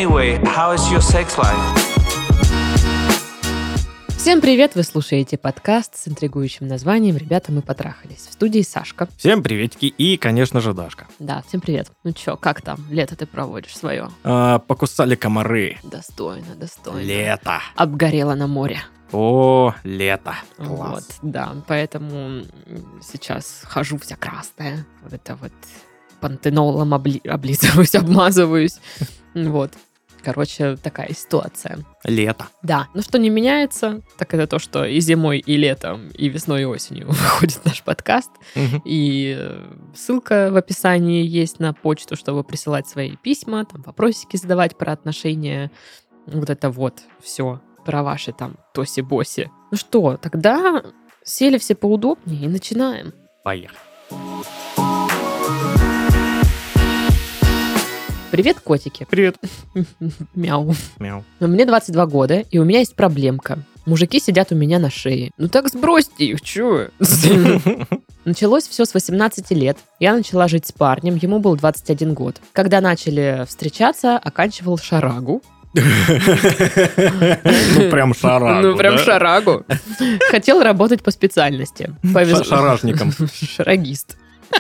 Anyway, how is your sex life? Всем привет! Вы слушаете подкаст с интригующим названием «Ребята, мы потрахались». В студии Сашка. Всем приветики и, конечно же, Дашка. Да, всем привет. Ну чё, как там? Лето ты проводишь свое? Покусали комары. Достойно. Лето. Обгорело на море. О, лето. Класс. Вот, да, поэтому сейчас хожу вся красная. Вот это вот пантенолом облизываюсь, обмазываюсь. Вот. Короче, такая ситуация. Лето. Да, но что не меняется, так это то, что и зимой, и летом, и весной, и осенью выходит наш подкаст. И ссылка в описании есть на почту, чтобы присылать свои письма, там вопросики задавать про отношения. Вот это вот все про ваши там тоси-боси. Ну что, тогда сели все поудобнее и начинаем. Поехали. Привет, котики. Привет. Мяу. Мяу. Мне 22 года, и у меня есть проблемка. Мужики сидят у меня на шее. Ну так сбросьте их, чё? Началось все с 18 лет. Я начала жить с парнем, ему был 21 год. Когда начали встречаться, оканчивал шарагу. Ну, прям шарагу. Ну, прям шарагу. Хотел работать по специальности. Шаражником. Шарагист.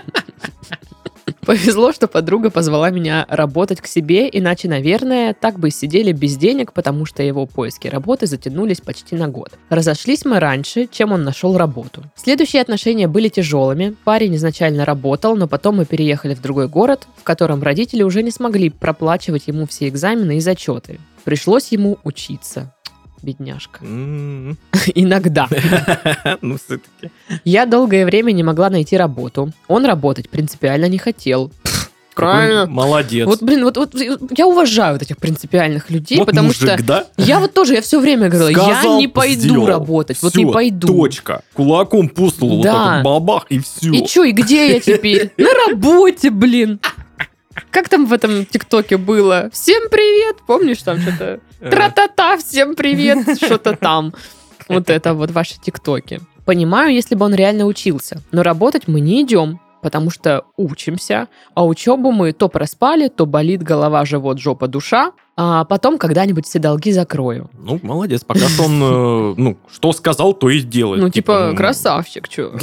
Повезло, что подруга позвала меня работать к себе, иначе, наверное, так бы и сидели без денег, потому что его поиски работы затянулись почти на год. Разошлись мы раньше, чем он нашел работу. Следующие отношения были тяжелыми. Парень изначально работал, но потом мы переехали в другой город, в котором родители уже не смогли проплачивать ему все экзамены и зачеты. Пришлось ему учиться. Бедняжка. Иногда. Ну, все-таки. Я долгое время не могла найти работу. Он работать принципиально не хотел. Правильно. Молодец. Вот, блин, вот я уважаю вот этих принципиальных людей, вот потому мужик, что да? я вот тоже, я все время говорила, Сказал, я не пойду сделал. работать, вот Всё, не пойду. Точка. Кулаком по столу, вот Да. так вот бабах, и все. И чё, и где я теперь? На работе, блин. Как там в этом ТикТоке было? Всем привет! Помнишь там что-то? Тра-та-та, всем привет! Что-то там. Вот это вот ваши ТикТоки. Понимаю, если бы он реально учился. Но работать мы не идем, потому что учимся. А учебу мы то проспали, то болит голова, живот, жопа, душа. А потом когда-нибудь все долги закрою. Ну, молодец. Пока что он, что сказал, то и делает. Ну, типа, красавчик, чё.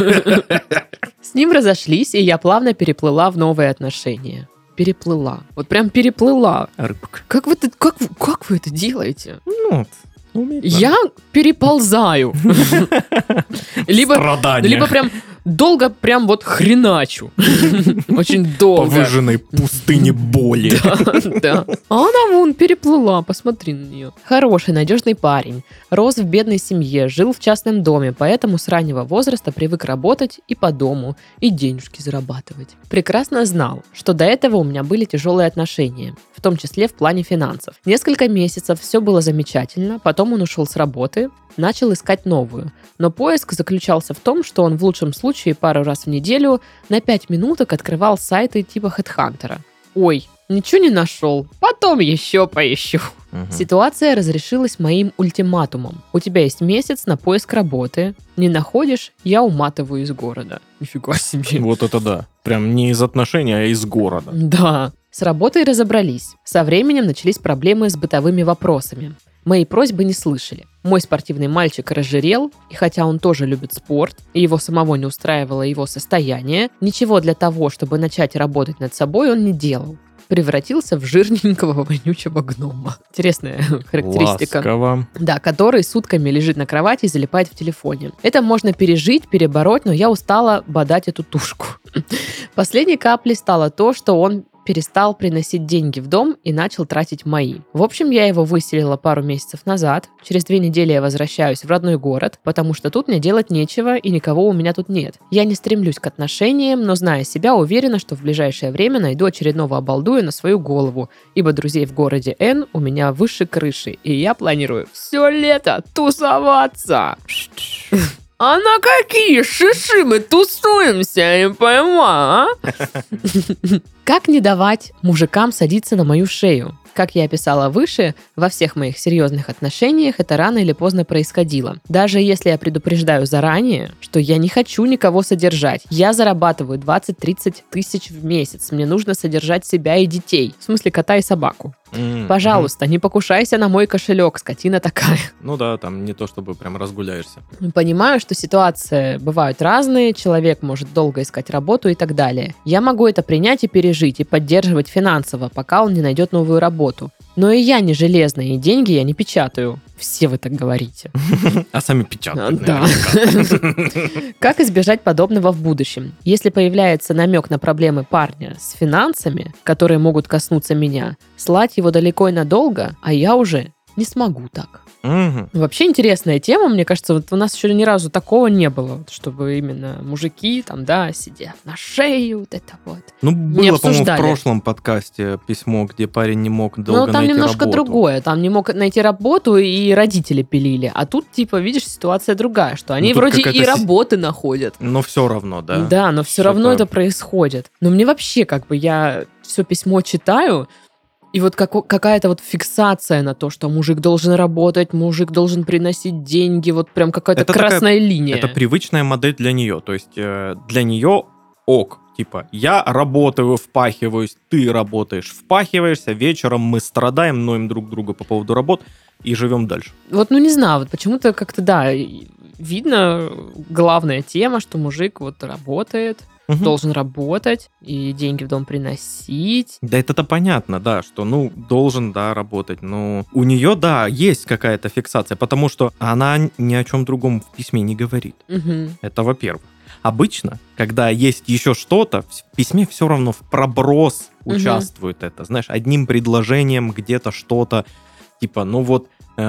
С ним разошлись, и я плавно переплыла в новые отношения. Переплыла. Вот прям переплыла. Рыбка. Как вы это делаете? Ну, умеет, да. Я переползаю. Страдания. Либо прям долго прям вот хреначу. Очень долго. По выжженной пустыне боли. Да. А она вон переплыла, посмотри на нее. Хороший, надежный парень. Рос в бедной семье, жил в частном доме, поэтому с раннего возраста привык работать и по дому, и денежки зарабатывать. Прекрасно знал, что до этого у меня были тяжелые отношения, в том числе в плане финансов. Несколько месяцев все было замечательно, потом он ушел с работы, начал искать новую. Но поиск заключался в том, что он в лучшем случае пару раз в неделю на 5 минуток открывал сайты типа HeadHunter. Ой, ничего не нашел, потом еще поищу. Ситуация разрешилась моим ультиматумом. У тебя есть месяц на поиск работы. Не находишь, я уматываю из города. Нифига себе. Вот это да. Прям не из отношений, а из города. Да. С работой разобрались. Со временем начались проблемы с бытовыми вопросами. Мои просьбы не слышали. Мой спортивный мальчик разжирел, и хотя он тоже любит спорт, и его самого не устраивало его состояние, ничего для того, чтобы начать работать над собой, он не делал. Превратился в жирненького вонючего гнома. Интересная характеристика. Ласково. Да, который сутками лежит на кровати и залипает в телефоне. Это можно пережить, перебороть, но я устала бодать эту тушку. Последней каплей стало то, что он перестал приносить деньги в дом и начал тратить мои. В общем, я его выселила пару месяцев назад. Через 2 недели я возвращаюсь в родной город, потому что тут мне делать нечего и никого у меня тут нет. Я не стремлюсь к отношениям, но, зная себя, уверена, что в ближайшее время найду очередного обалдуя на свою голову, ибо друзей в городе Н у меня выше крыши, и я планирую все лето тусоваться. А на какие шиши мы тусуемся, я не пойму, а? Как не давать мужикам садиться на мою шею? Как я описала выше, во всех моих серьезных отношениях это рано или поздно происходило. Даже если я предупреждаю заранее, что я не хочу никого содержать. Я зарабатываю 20-30 тысяч в месяц. Мне нужно содержать себя и детей. В смысле, кота и собаку. Пожалуйста, не покушайся на мой кошелек, скотина такая. Ну да, там не то чтобы прям разгуляешься. Понимаю, что ситуации бывают разные, человек может долго искать работу и так далее. Я могу это принять и пережить, и поддерживать финансово, пока он не найдет новую работу. Но и я не железная, и деньги я не печатаю. Все вы так говорите. А сами печатают, Да. Как избежать подобного в будущем? Если появляется намек на проблемы парня с финансами, которые могут коснуться меня, слать его далеко и надолго, а я уже не смогу так. Вообще интересная тема, мне кажется, вот у нас еще ни разу такого не было, вот, чтобы именно мужики там, да, сидят на шее, вот это вот. Ну, Не было, по-моему, в обсуждали. прошлом подкасте письмо, где парень не мог долго Ну, там найти немножко работу. другое. Там не мог найти работу, и родители пилили. А тут, типа, видишь, ситуация другая, что они Ну, тут вроде и какая-то работы находят. Но все равно, да? Да, но все равно Что-то- это происходит. Но мне вообще, как бы, я все письмо читаю, и вот какая-то вот фиксация на то, что мужик должен работать, мужик должен приносить деньги, вот прям какая-то Это такая- красная линия. Это привычная модель для нее. То есть для нее ок. Типа, я работаю, впахиваюсь, ты работаешь, впахиваешься, вечером мы страдаем, ноем друг друга по поводу работ и живем дальше. Вот, ну не знаю, вот почему-то как-то, да, видно главная тема, что мужик вот работает, Мгм. должен работать и деньги в дом приносить. Да это-то понятно, да, что, ну, должен, да, работать, но у нее, да, есть какая-то фиксация, потому что она ни о чем другом в письме не говорит. Мгм. Это во-первых. Обычно, когда есть еще что-то, в письме все равно в проброс Мгм. участвует это. Знаешь, одним предложением где-то что-то, типа, ну вот,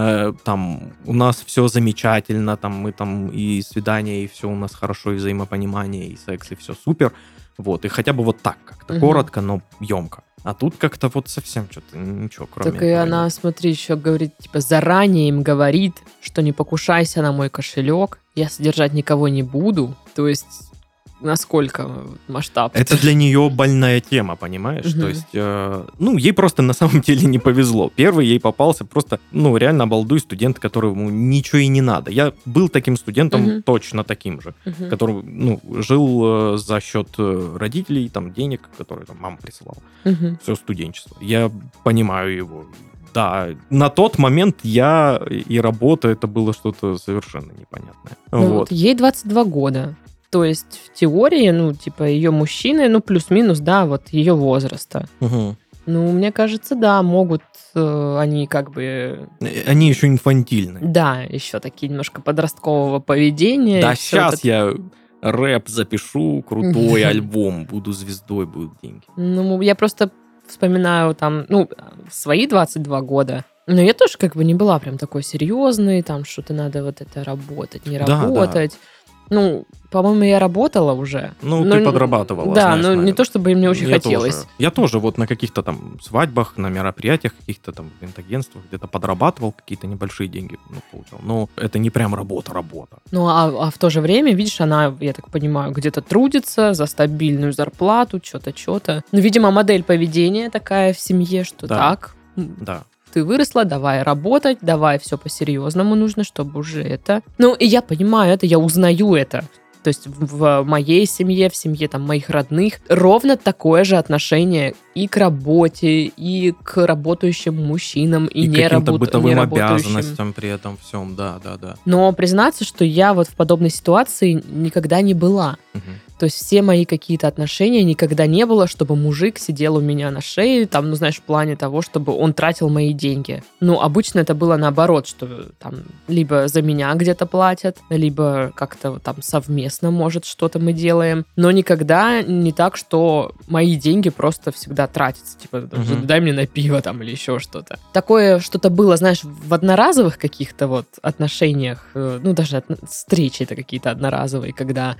там, у нас все замечательно, там, мы там и свидания, и все у нас хорошо, и взаимопонимание, и секс, и все супер. Вот, и хотя бы вот так как-то, Мгм. коротко, но емко. А тут как-то вот совсем что-то ничего, кроме Так и этого она, нет. смотри, еще говорит, типа, заранее им говорит, что не покушайся на мой кошелек, я содержать никого не буду. То есть, насколько масштаб? Это для нее больная тема, понимаешь? Мгм. То есть, ну, ей просто на самом деле не повезло. Первый ей попался просто, ну, реально обалдуй студент, которому ничего и не надо. Я был таким студентом, Мгм. точно таким же, Мгм. который, ну, жил за счет родителей, там, денег, которые там мама присылала. Мгм. Все студенчество. Я понимаю его. Да, на тот момент я и работа, это было что-то совершенно непонятное. Ну, Вот. вот ей 22 года. То есть, в теории, ну, типа, ее мужчины, ну, плюс-минус, да, вот ее возраста. Мгм. Ну, мне кажется, да, могут они как бы... Они еще инфантильны. Да, еще такие немножко подросткового поведения. Да, и всё сейчас это. я рэп запишу, крутой альбом, буду звездой, будут деньги. Ну, я просто вспоминаю там, ну, свои 22 года. Но я тоже как бы не была прям такой серьезной, там что-то надо вот это работать, не Да, да. работать. Ну, по-моему, я работа уже. Ну, Но ты подрабатывала, Да, знаешь, но не наверное. то, чтобы мне очень Я хотелось. тоже. Я тоже вот на каких-то там свадьбах, на мероприятиях, каких-то там ивент-агентствах где-то подрабатывал, какие-то небольшие деньги получал. Но это не прям работа. Ну, а в то же время, видишь, она, я так понимаю, где-то трудится за стабильную зарплату, что-то. Ну, видимо, модель поведения такая в семье, что Да. так, Да. ты выросла, давай работать, давай все по-серьезному нужно, чтобы уже это... Ну, и я понимаю это, я узнаю это. То есть в моей семье, в семье там моих родных ровно такое же отношение и к работе, и к работающим мужчинам, и, И не каким-то бытовым неработающим. обязанностям при этом всем, да. Но признаться, что я вот в подобной ситуации никогда не была. Мгм. То есть все мои какие-то отношения никогда не было, чтобы мужик сидел у меня на шее, там, ну, знаешь, в плане того, чтобы он тратил мои деньги. Ну, обычно это было наоборот, что там либо за меня где-то платят, либо как-то там совместно, может, что-то мы делаем. Но никогда не так, что мои деньги просто всегда тратятся. Типа, Мгм. дай мне на пиво там или еще что-то. Такое что-то было, знаешь, в одноразовых каких-то вот отношениях, ну, даже встречи это какие-то одноразовые, когда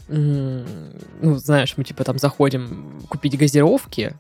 ну, знаешь, мы типа там заходим купить газировки,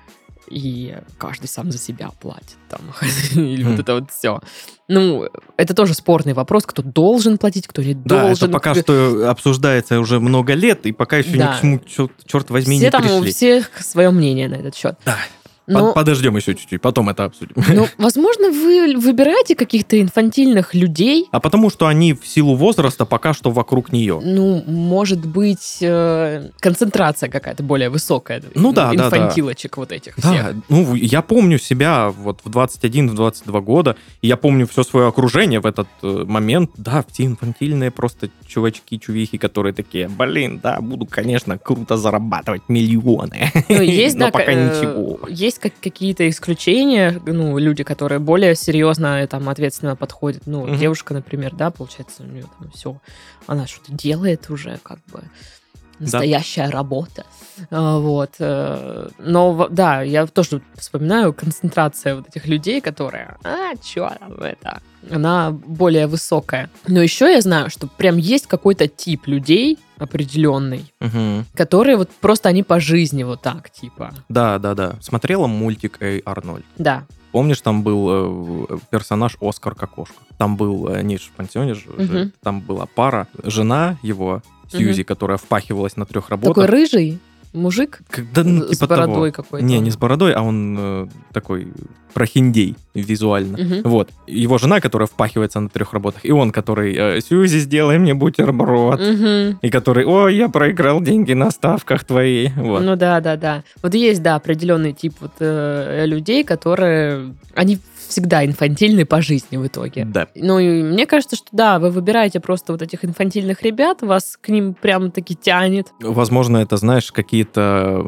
и каждый сам за себя платит там. Или вот это вот все. Ну, это тоже спорный вопрос, кто должен платить, кто не Да, должен. это пока что обсуждается уже много лет, и пока еще Да. ни к чему, черт возьми, Все не там, у пришли. всех свое мнение на этот счет. Да. Но, Подождем еще чуть-чуть, потом это обсудим. возможно, вы выбираете каких-то инфантильных людей. А потому что они в силу возраста пока что вокруг нее. Ну, может быть, концентрация какая-то более высокая. Ну да, да, да. инфантилочек вот этих всех. Да, ну, я помню себя вот в 21-22 года, и я помню все свое окружение в этот момент. Да, все инфантильные просто чувачки-чувихи, которые такие, блин, да, буду, конечно, круто зарабатывать миллионы. Ну, есть, но да, пока ничего. Есть какие-то исключения, ну, люди, которые более серьезно, там, ответственно подходят. Ну, девушка, например, да, получается, у нее там все, она что-то делает уже, как бы, настоящая работа. Вот. Но, да, я тоже вспоминаю концентрация вот этих людей, которые, чё там это, она более высокая. Но еще я знаю, что прям есть какой-то тип людей определенный, которые вот просто они по жизни вот так, типа. Да. Смотрела мультик «Эй, Арнольд»? Да. Помнишь, там был персонаж Оскар Кокошка? Там был, они же в пансионе жили, там была пара, жена его, Сьюзи, которая впахивалась на 3 работах. Такой рыжий мужик Типа с бородой какой-то. Не с бородой, а он такой прохиндей визуально. Вот. Его жена, которая впахивается на 3 работах, и он, который «Сьюзи, сделай мне бутерброд». И который «Ой, я проиграл деньги на ставках твои». Вот. Ну да. Вот есть, да, определенный тип вот людей, которые... Они всегда инфантильны по жизни в итоге. Да. Ну, и мне кажется, что да, вы выбираете просто вот этих инфантильных ребят, вас к ним прям-таки тянет. Возможно, это, знаешь, какие-то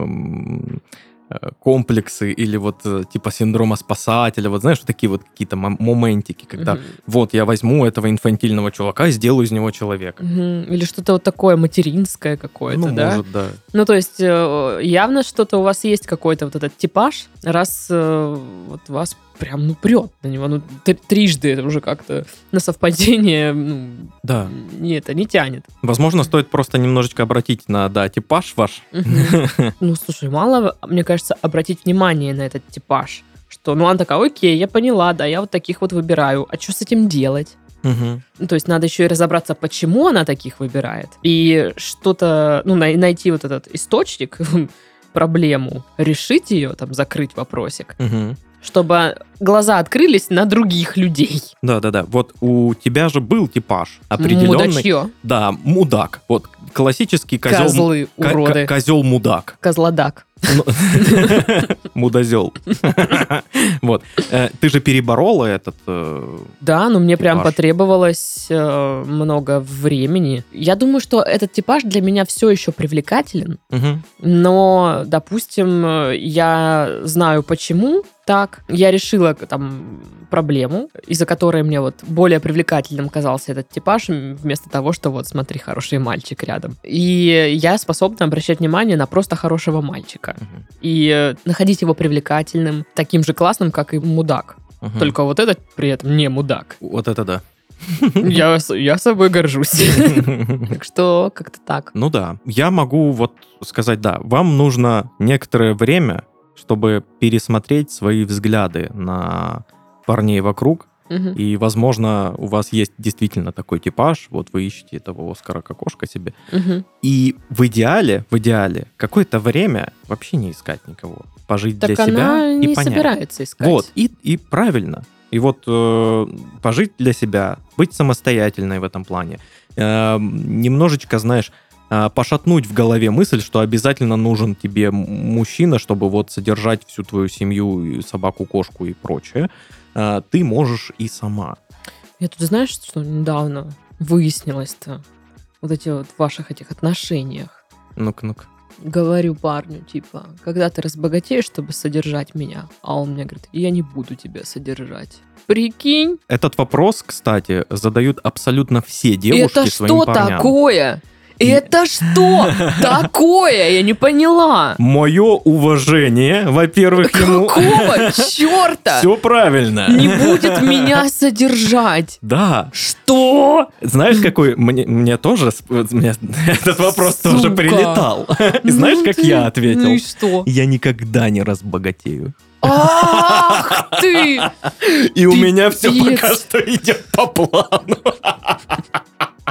комплексы или вот типа синдрома спасателя, вот знаешь, вот такие вот какие-то моментики, когда вот я возьму этого инфантильного чувака и сделаю из него человека. Или что-то вот такое материнское какое-то, да? Может, да. Ну, то есть явно что-то у вас есть какой-то вот этот типаж, раз вот вас прям, прет на него, трижды это уже как-то на совпадение, да. Это не тянет. Возможно, стоит просто немножечко обратить на, типаж ваш. Ну, слушай, мало, мне кажется, обратить внимание на этот типаж, что, она такая, окей, я поняла, да, я вот таких вот выбираю, а что с этим делать? То есть надо еще и разобраться, почему она таких выбирает, и что-то, найти вот этот источник, проблему, решить ее, там, закрыть вопросик, чтобы глаза открылись на других людей. Да. Вот у тебя же был типаж определенный. Мудачье. Да, мудак. Вот классический козел. Козлы, уроды. Козел-мудак. Козлодак. Мудозел. Вот. Ты же переборола этот Да, но мне прям типаж. Потребовалось много времени. Я думаю, что этот типаж для меня все еще привлекателен, но, допустим, я знаю почему так. Я решила там проблему, из-за которой мне вот более привлекательным казался этот типаж, вместо того, что вот смотри, хороший мальчик рядом. И я способна обращать внимание на просто хорошего мальчика. И находить его привлекательным, таким же классным, как и мудак. Только вот этот при этом не мудак. Вот это да. Я собой горжусь. Так что как-то так. Ну да. Я могу вот сказать, да, вам нужно некоторое время, чтобы пересмотреть свои взгляды на парней вокруг. И, возможно, у вас есть действительно такой типаж, вот вы ищете этого Оскара Кокошка себе. И в идеале, какое-то время вообще не искать никого. Пожить так для себя она и не понять. собирается искать. Вот, и правильно. И вот пожить для себя, быть самостоятельной в этом плане. Немножечко, знаешь, пошатнуть в голове мысль, что обязательно нужен тебе мужчина, чтобы вот содержать всю твою семью, и собаку, кошку и прочее. Ты можешь и сама. Я тут, знаешь, что недавно выяснилось-то? Вот эти вот в ваших этих отношениях. Ну-ка. Говорю парню, типа, когда ты разбогатеешь, чтобы содержать меня? А он мне говорит, я не буду тебя содержать. Прикинь? Этот вопрос, кстати, задают абсолютно все девушки Это своим что парням. Такое? Это что такое? Я не поняла. Мое уважение, во-первых, ему... Какого черта? Все правильно. Не будет меня содержать. Да. Что? Знаешь, какой... Мне тоже... Мне этот вопрос Сука. тоже прилетал. И знаешь, как я ответил? Ну и что? Я никогда не разбогатею. Ах ты! И у меня все Пипец. пока что идет по плану.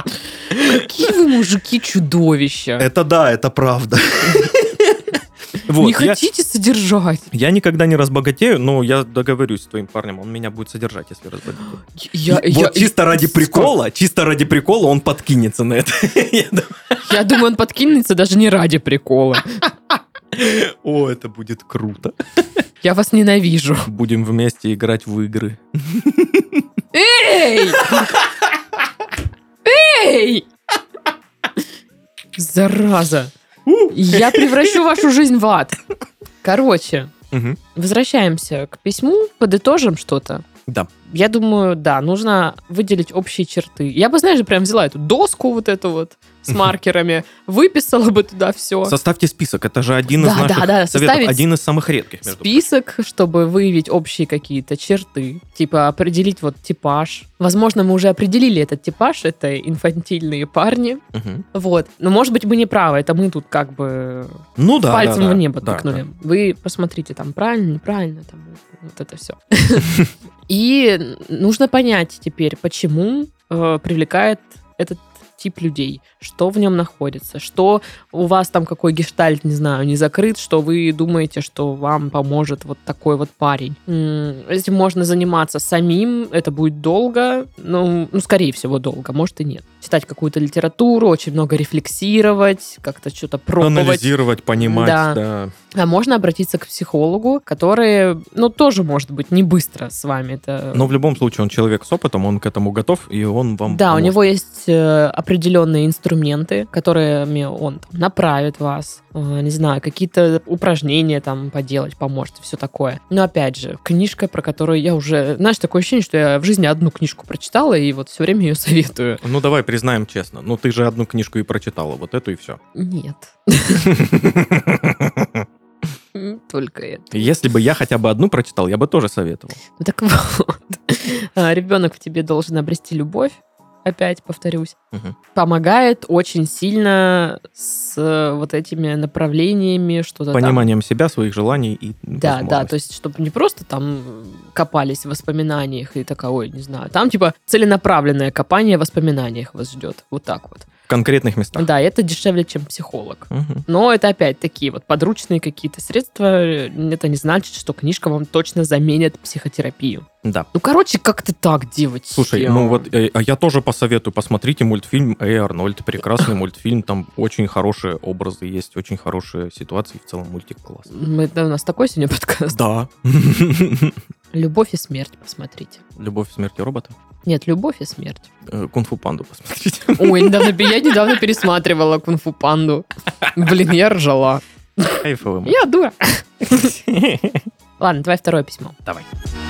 Какие вы мужики чудовища. Это да, это правда. Вот, Не хотите содержать? Я никогда не разбогатею, но я договорюсь с твоим парнем, он меня будет содержать, если разбогатею. Вот чисто ради прикола он подкинется на это. Я думаю, он подкинется даже не ради прикола. О, это будет круто. Я вас ненавижу. Будем вместе играть в игры. Эй! Эй! Зараза. Я превращу вашу жизнь в ад. Короче, возвращаемся к письму, подытожим что-то. Да. Я думаю, да, нужно выделить общие черты. Я бы, знаешь, прям взяла эту доску вот эту вот с маркерами, выписала бы туда все. Составьте список, это же один из наших советов, один из самых редких. Список, чтобы выявить общие какие-то черты, типа определить вот типаж. Возможно, мы уже определили этот типаж, это инфантильные парни. Вот, но может быть мы не правы, это мы тут как бы пальцем в небо тыкнули. Вы посмотрите, там правильно, неправильно, там вот это все. И нужно понять теперь, почему привлекает этот тип людей, что в нем находится, что у вас там какой гештальт, не знаю, не закрыт, что вы думаете, что вам поможет вот такой вот парень. Этим можно заниматься самим, это будет долго, ну, скорее всего, долго, может и нет. Читать какую-то литературу, очень много рефлексировать, как-то что-то пробовать. Анализировать, понимать, да. А можно обратиться к психологу, который, тоже, может быть, не быстро с вами это... Но в любом случае он человек с опытом, он к этому готов, и он вам Да, поможет. У него есть определенные инструменты, которыми он там направит вас, не знаю, какие-то упражнения там поделать, поможет, все такое. Но опять же, книжка, про которую я уже... Знаешь, такое ощущение, что я в жизни одну книжку прочитала, и вот все время ее советую. Ну, давай признаем честно. Ты же одну книжку и прочитала, вот эту и все. Нет. Только это. Если бы я хотя бы одну прочитал, я бы тоже советовал. Ну так вот. Ребенок в тебе должен обрести любовь, опять повторюсь. Помогает очень сильно с вот этими направлениями, что-то пониманием себя, своих желаний и Да, то есть, чтобы не просто там копались в воспоминаниях и такое, ой, не знаю. Там типа целенаправленное копание в воспоминаниях вас ждет. Вот так вот. В конкретных местах. Да, это дешевле, чем психолог. Но это опять такие вот подручные какие-то средства. Это не значит, что книжка вам точно заменит психотерапию. Да. Короче, как-то так, девочки. Слушай, я тоже посоветую, посмотрите мультфильм «Эй, Арнольд». Прекрасный мультфильм, там очень хорошие образы есть, очень хорошие ситуации, в целом мультик классный. У нас такой сегодня подкаст? Да. «Любовь и смерть» посмотрите. «Любовь, смерть и роботы»? Нет, «Любовь и смерть». «Кунг-фу панду» посмотрите. Ой, я недавно пересматривала «Кунг-фу панду». Блин, я ржала. Кайфовый. Я дура. Ладно, давай второе письмо. Давай.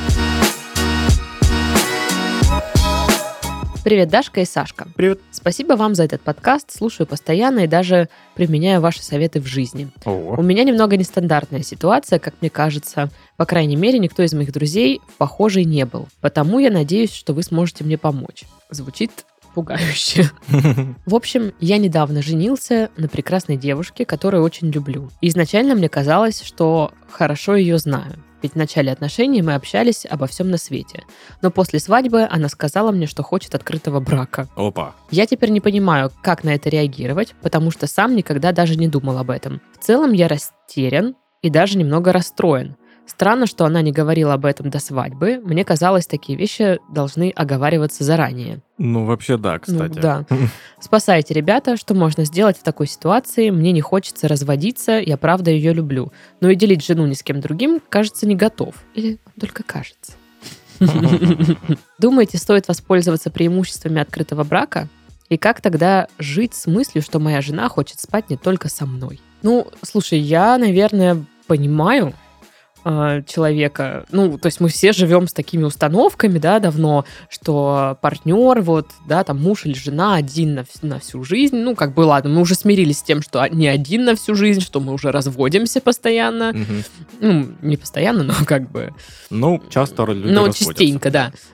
Привет, Дашка и Сашка. Привет. Спасибо вам за этот подкаст. Слушаю постоянно и даже применяю ваши советы в жизни. Ого. У меня немного нестандартная ситуация, как мне кажется. По крайней мере, никто из моих друзей в похожей не был. Потому я надеюсь, что вы сможете мне помочь. Звучит пугающе. В общем, я недавно женился на прекрасной девушке, которую очень люблю. И изначально мне казалось, что хорошо ее знаю. Ведь в начале отношений мы общались обо всем на свете. Но после свадьбы она сказала мне, что хочет открытого брака. Опа. Я теперь не понимаю, как на это реагировать, потому что сам никогда даже не думал об этом. В целом я растерян и даже немного расстроен. Странно, что она не говорила об этом до свадьбы. Мне казалось, такие вещи должны оговариваться заранее. Вообще да, кстати. Да. Спасайте, ребята, что можно сделать в такой ситуации. Мне не хочется разводиться, я правда ее люблю. Но и делить жену ни с кем другим, кажется, не готов. Или только кажется. Думаете, стоит воспользоваться преимуществами открытого брака? И как тогда жить с мыслью, что моя жена хочет спать не только со мной? Слушай, я, наверное, понимаю человека, то есть мы все живем с такими установками, да, давно, что партнер, там муж или жена один на всю жизнь, ладно, мы уже смирились с тем, что не один на всю жизнь, что мы уже разводимся постоянно, не постоянно, но часто люди разводятся. Частенько, да.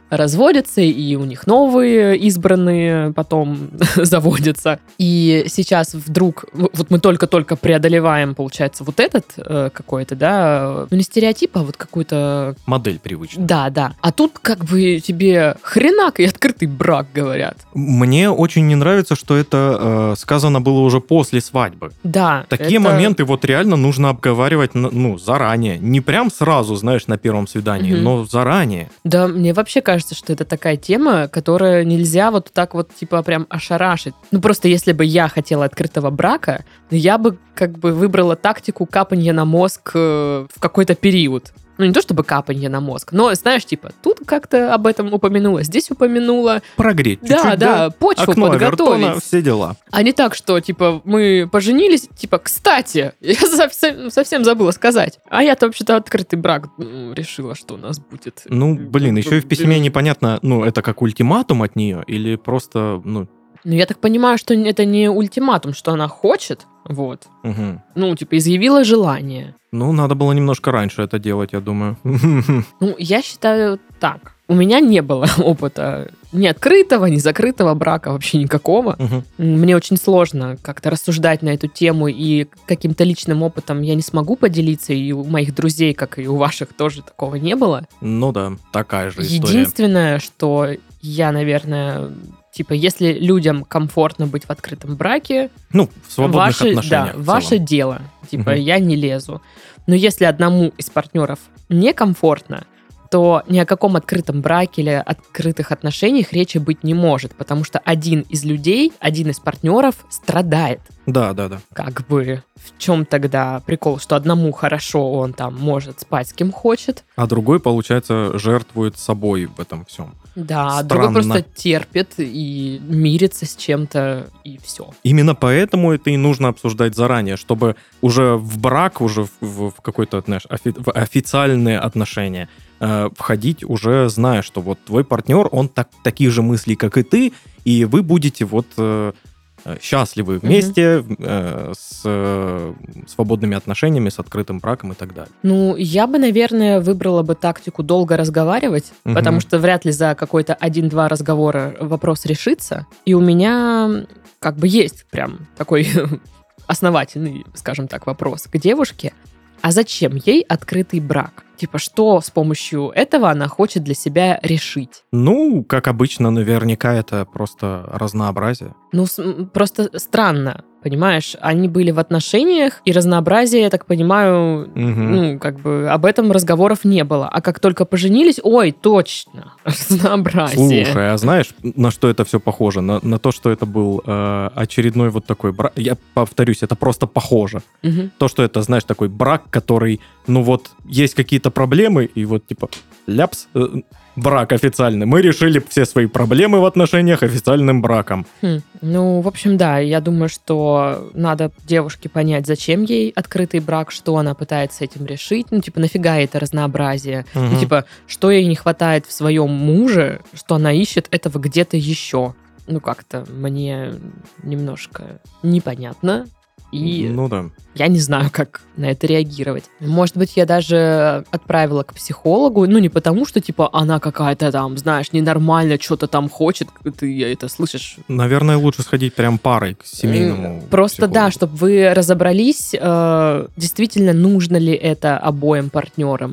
разводятся, и у них новые избранные потом заводятся. И сейчас вдруг, вот мы только-только преодолеваем, получается, вот этот какой-то, да, ну не стереотип, а вот какую-то... Модель привычная. Да. А тут как бы тебе хренак и открытый брак, говорят. Мне очень не нравится, что это сказано было уже после свадьбы. Да. Такие моменты вот реально нужно обговаривать, ну, заранее. Не прям сразу, знаешь, на первом свидании, но заранее. Да, мне вообще кажется, что это такая тема, которую нельзя вот так вот, типа, прям ошарашить. Ну, просто если бы я хотела открытого брака, я бы как бы выбрала тактику капанья на мозг в какой-то период. Ну, не то чтобы капанье на мозг, но, знаешь, типа, тут как-то об этом упомянула, здесь упомянула. Прогреть чуть-чуть, Да, почву окно подготовить. Овертона, все дела. А не так, что, типа, мы поженились, типа, кстати, я совсем забыла сказать. А я-то вообще-то открытый брак решила, что у нас будет. Ну, блин, еще и в письме непонятно, ну, это как ультиматум от нее или просто, ну... Ну, я так понимаю, что это не ультиматум, что она хочет, вот. Угу. Ну, типа, изъявила желание. Ну, надо было немножко раньше это делать, я думаю. Ну, я считаю так. У меня не было опыта ни открытого, ни закрытого брака, вообще никакого. Мне очень сложно как-то рассуждать на эту тему, и каким-то личным опытом я не смогу поделиться, и у моих друзей, как и у ваших, тоже такого не было. Ну да, такая же история. Единственное, что я, наверное... Типа, если людям комфортно быть в открытом браке, ну, в свободных отношениях. Да, ваше дело. Типа, я не лезу. Но если одному из партнеров некомфортно, то ни о каком открытом браке или открытых отношениях речи быть не может, потому что один из людей, один из партнеров страдает. Да. Как бы в чем тогда прикол, что одному хорошо, он там может спать с кем хочет. А другой, получается, жертвует собой в этом всем. Да, Странно. другой просто терпит и мирится с чем-то, и все. Именно поэтому это и нужно обсуждать заранее, чтобы уже в брак, уже в какой-то, знаешь, в официальные отношения входить, уже зная, что вот твой партнер, он таких же мыслей, как и ты, и вы будете вот счастливы вместе с свободными отношениями, с открытым браком и так далее. Ну, я бы, наверное, выбрала бы тактику долго разговаривать, потому что вряд ли за какой-то 1-2 разговора вопрос решится. И у меня как бы есть прям такой основательный, скажем так, вопрос к девушке. А зачем ей открытый брак? Типа, что с помощью этого она хочет для себя решить? Ну, как обычно, наверняка это просто разнообразие. Ну, просто странно, понимаешь? Они были в отношениях, и разнообразие, я так понимаю, ну, как бы об этом разговоров не было. А как только поженились, ой, точно, разнообразие. Слушай, а знаешь, на что это все похоже? На то, что это был очередной вот такой брак. Я повторюсь, это просто похоже. То, что это, знаешь, такой брак, который, ну вот, есть какие-то проблемы, и вот типа ляпс, брак официальный. Мы решили все свои проблемы в отношениях официальным браком. Ну, в общем, да, я думаю, что надо девушке понять, зачем ей открытый брак, что она пытается этим решить. Ну, типа, нафига ей это разнообразие? Ну, типа, что ей не хватает в своем муже, что она ищет этого где-то еще. Ну, как-то мне немножко непонятно. И ну, да. Я не знаю, как на это реагировать. Может быть, я даже отправила к психологу, ну, не потому, что, типа, она какая-то там, знаешь, ненормально что-то там хочет, ты это слышишь. Наверное, лучше сходить прям парой к семейному Просто, психологу. да, чтобы вы разобрались, действительно, нужно ли это обоим партнерам.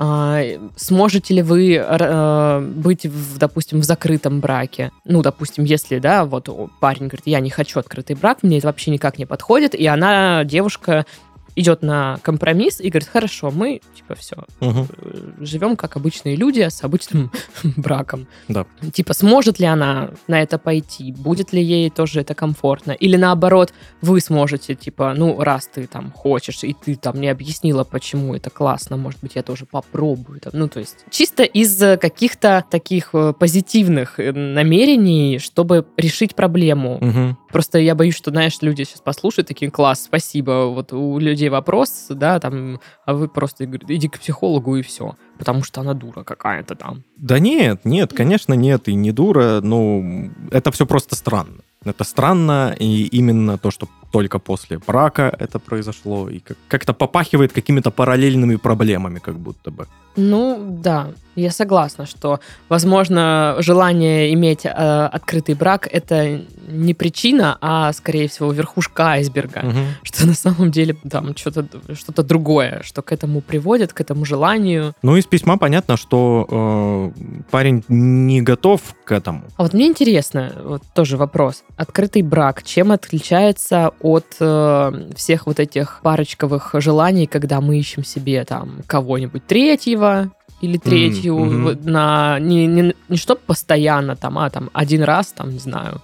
Сможете ли вы быть, допустим, в закрытом браке. Ну, допустим, если, да, вот парень говорит, я не хочу открытый брак, мне это вообще никак не подходит, и она, девушка, идет на компромисс и говорит, хорошо, мы, типа, все, живем как обычные люди с обычным браком. Да. Типа, сможет ли она на это пойти? Будет ли ей тоже это комфортно? Или наоборот, вы сможете, типа, ну, раз ты там хочешь, и ты там не объяснила, почему это классно, может быть, я тоже попробую. Там. Ну, то есть, чисто из каких-то таких позитивных намерений, чтобы решить проблему. Просто я боюсь, что, знаешь, люди сейчас послушают, такие, класс, спасибо, вот у людей вопрос, да, там, а вы просто говорите, иди к психологу и все, потому что она дура какая-то там. Да нет, конечно нет, и не дура, ну, это все просто странно. Это странно, и именно то, что только после брака это произошло, и как-то попахивает какими-то параллельными проблемами, как будто бы. Ну, да. Я согласна, что, возможно, желание иметь открытый брак – это не причина, а, скорее всего, верхушка айсберга. Что на самом деле там что-то другое, что к этому приводит, к этому желанию. Ну, из письма понятно, что парень не готов к этому. А вот мне интересно, вот тоже вопрос. Открытый брак чем отличается от всех вот этих парочковых желаний, когда мы ищем себе там кого-нибудь третьего, или третью, не чтобы постоянно, а один раз, не знаю.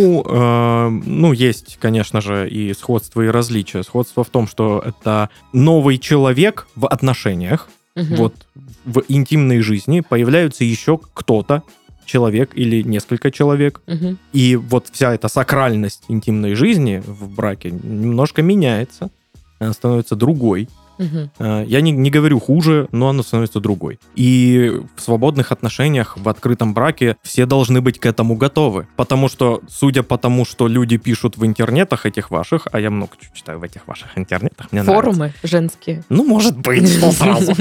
Ну, есть, конечно же, и сходство, и различия. Сходство в том, что это новый человек в отношениях, вот в интимной жизни появляется еще кто-то, человек или несколько человек, и вот вся эта сакральность интимной жизни в браке немножко меняется, она становится другой. Я не говорю хуже, но она становится другой. И в свободных отношениях, в открытом браке все должны быть к этому готовы. Потому что, судя по тому, что люди пишут в интернетах этих ваших, а я много чего читаю в этих ваших интернетах, мне форумы нравится. женские. Ну, может быть, что сразу.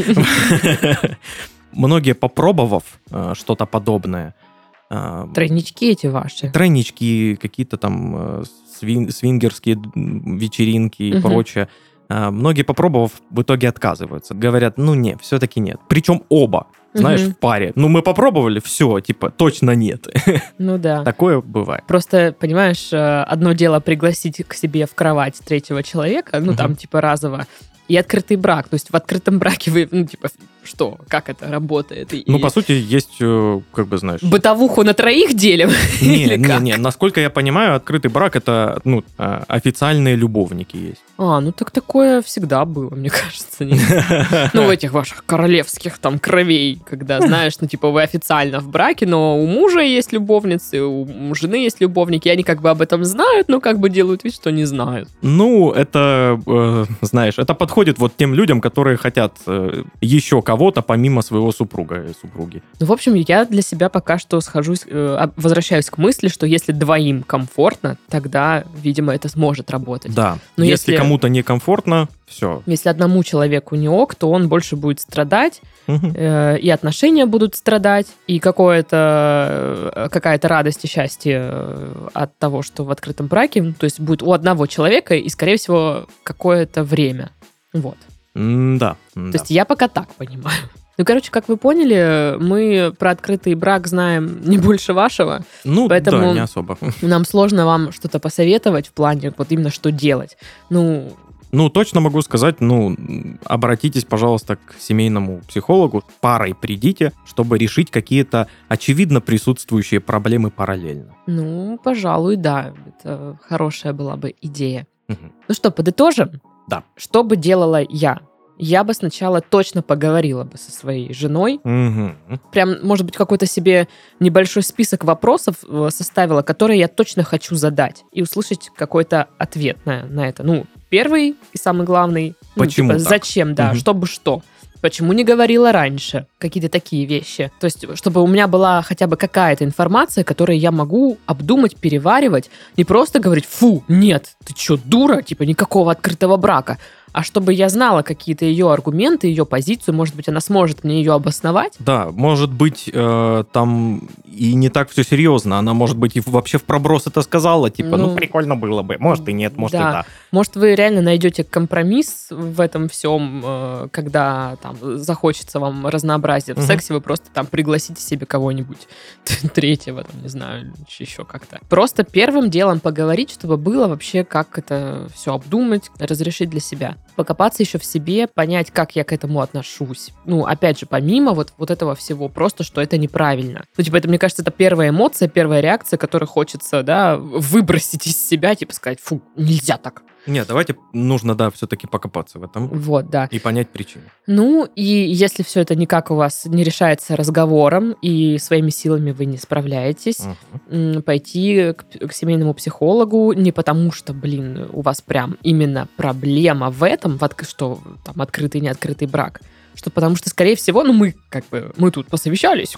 Многие, попробовав что-то подобное, тройнички эти ваши. Тройнички, какие-то там свингерские вечеринки и прочее, многие, попробовав, в итоге отказываются. Говорят, нет, все-таки нет. Причем оба, знаешь, в паре. Мы попробовали, все, точно нет. Ну да. Такое бывает. Просто, понимаешь, одно дело пригласить к себе в кровать третьего человека, разово, и открытый брак. То есть в открытом браке вы, что, как это работает? По сути, есть, знаешь... Бытовуху на троих делим? Не, насколько я понимаю, открытый брак — это, официальные любовники есть. Так такое всегда было, мне кажется. В этих ваших королевских кровей, когда, знаешь, вы официально в браке, но у мужа есть любовницы, у жены есть любовники, и они об этом знают, но делают вид, что не знают. Это, знаешь, это подходит вот тем людям, которые хотят еще кого-то помимо своего супруга и супруги. В общем, я для себя пока что возвращаюсь к мысли, что если двоим комфортно, тогда, видимо, это сможет работать. Да, но если кому-то некомфортно, все. Если одному человеку не ок, то он больше будет страдать, и отношения будут страдать, и какая-то радость и счастье от того, что в открытом браке, то есть будет у одного человека и, скорее всего, какое-то время. Вот. Да. То есть я пока так понимаю. Как вы поняли, мы про открытый брак знаем не больше вашего. Поэтому да, не особо. Нам сложно вам что-то посоветовать в плане именно что делать. Точно могу сказать, обратитесь, пожалуйста, к семейному психологу, парой придите, чтобы решить какие-то очевидно присутствующие проблемы параллельно. Пожалуй, да. Это хорошая была бы идея. Ну что, подытожим? Да. Что бы делала я? Я бы сначала точно поговорила бы со своей женой. Прям, может быть, какой-то себе небольшой список вопросов составила, которые я точно хочу задать. И услышать какой-то ответ на это. Первый и самый главный. Почему так? Зачем, да, чтобы что. Почему не говорила раньше? Какие-то такие вещи. То есть, чтобы у меня была хотя бы какая-то информация, которую я могу обдумать, переваривать. Не просто говорить, фу, нет, ты что, дура? Никакого открытого брака. А чтобы я знала какие-то ее аргументы, ее позицию, может быть, она сможет мне ее обосновать? Да, может быть, там и не так все серьезно. Она, может быть, и вообще в проброс это сказала, прикольно было бы. Может и нет, может и да. Может, вы реально найдете компромисс в этом всем, когда захочется вам разнообразия в сексе, вы просто пригласите себе кого-нибудь третьего, не знаю, еще как-то. Просто первым делом поговорить, чтобы было вообще, как это все обдумать, разрешить для себя. Покопаться еще в себе, понять, как я к этому отношусь. Опять же, помимо вот этого всего, просто, что это неправильно. Это, мне кажется, это первая эмоция, первая реакция, которую хочется, выбросить из себя, сказать, фу, нельзя так. Нет, давайте нужно, все-таки покопаться в этом. Вот, да. И понять причину. И если все это никак у вас не решается разговором, и своими силами вы не справляетесь, пойти к семейному психологу не потому, что, у вас прям именно проблема в этом, что там открытый, неоткрытый брак, что потому что, скорее всего, мы тут посовещались,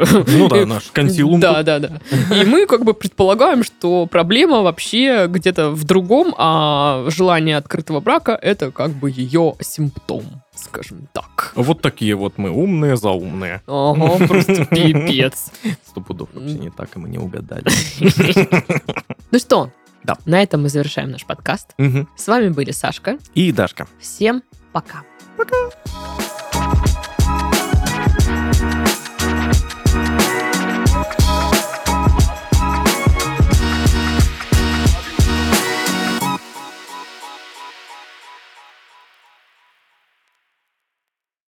наш консилиум. Да. И мы предполагаем, что проблема вообще где-то в другом, а желание открытого брака — это ее симптом. скажем так. Вот такие вот мы умные, заумные. Ого, просто пипец. 100 пудов вообще не так, и мы не угадали. Ну что, Да. на этом мы завершаем наш подкаст. Мгм. С вами были Сашка. И Дашка. Всем пока. Пока.